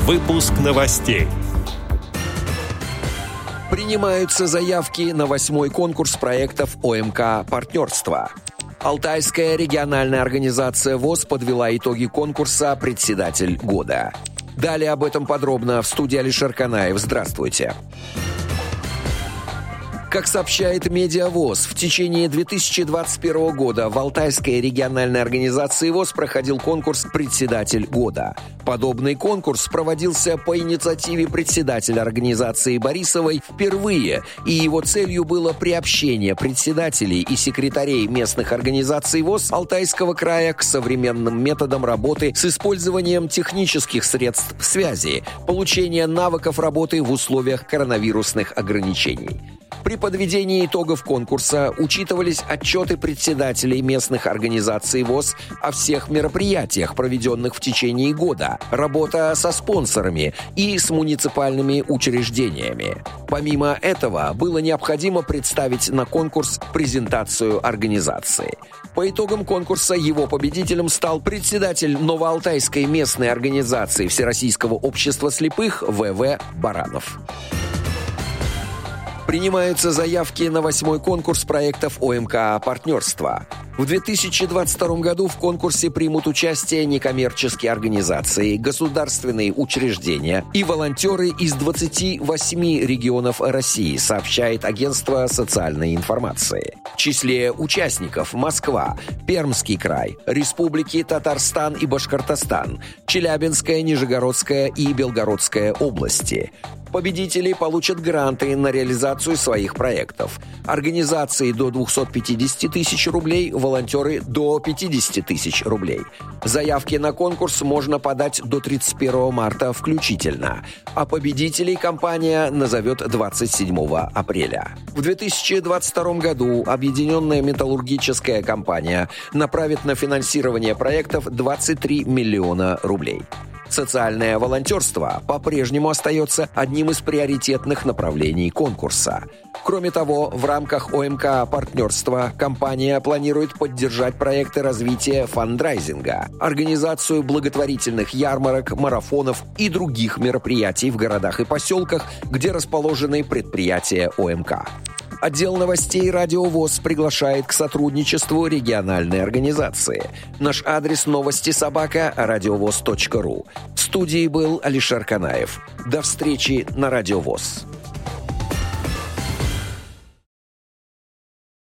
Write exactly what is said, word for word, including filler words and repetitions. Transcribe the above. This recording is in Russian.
Выпуск новостей. Принимаются заявки на восьмой конкурс проектов ОМК «Партнерство». Алтайская региональная организация ВОС подвела итоги конкурса «Председатель года». Далее об этом подробно в студии Алишер Канаев. Здравствуйте. Как сообщает Медиавоз, в течение две тысячи двадцать первого года в Алтайской региональной организации ВОС проходил конкурс «Председатель года». Подобный конкурс проводился по инициативе председателя организации Борисовой впервые, и его целью было приобщение председателей и секретарей местных организаций ВОС Алтайского края к современным методам работы с использованием технических средств связи, получение навыков работы в условиях коронавирусных ограничений. При подведении итогов конкурса учитывались отчеты председателей местных организаций ВОС о всех мероприятиях, проведенных в течение года, работа со спонсорами и с муниципальными учреждениями. Помимо этого, было необходимо представить на конкурс презентацию организации. По итогам конкурса его победителем стал председатель Новоалтайской местной организации Всероссийского общества слепых вэ вэ Баранов. Принимаются заявки на восьмой конкурс проектов ОМК «Партнерство». В две тысячи двадцать втором году в конкурсе примут участие некоммерческие организации, государственные учреждения и волонтеры из двадцати восьми регионов России, сообщает агентство социальной информации. В числе участников Москва, Пермский край, республики Татарстан и Башкортостан, Челябинская, Нижегородская и Белгородская области. Победители получат гранты на реализацию своих проектов. Организации до двухсот пятидесяти тысяч рублей, волонтеры до пятидесяти тысяч рублей. Заявки на конкурс можно подать до тридцать первого марта включительно, а победителей компания назовет двадцать седьмого апреля. В две тысячи двадцать втором году Объединенная металлургическая компания направит на финансирование проектов двадцать три миллиона рублей. Социальное волонтерство по-прежнему остается одним из приоритетных направлений конкурса. Кроме того, в рамках ОМК «Партнерство» компания планирует поддержать проекты развития фандрайзинга, организацию благотворительных ярмарок, марафонов и других мероприятий в городах и поселках, где расположены предприятия ОМК. Отдел новостей «Радио ВОС» приглашает к сотрудничеству региональной организации. Наш адрес новости собака радиовоз точка ру. В студии был Алишер Канаев. До встречи на «Радио ВОС».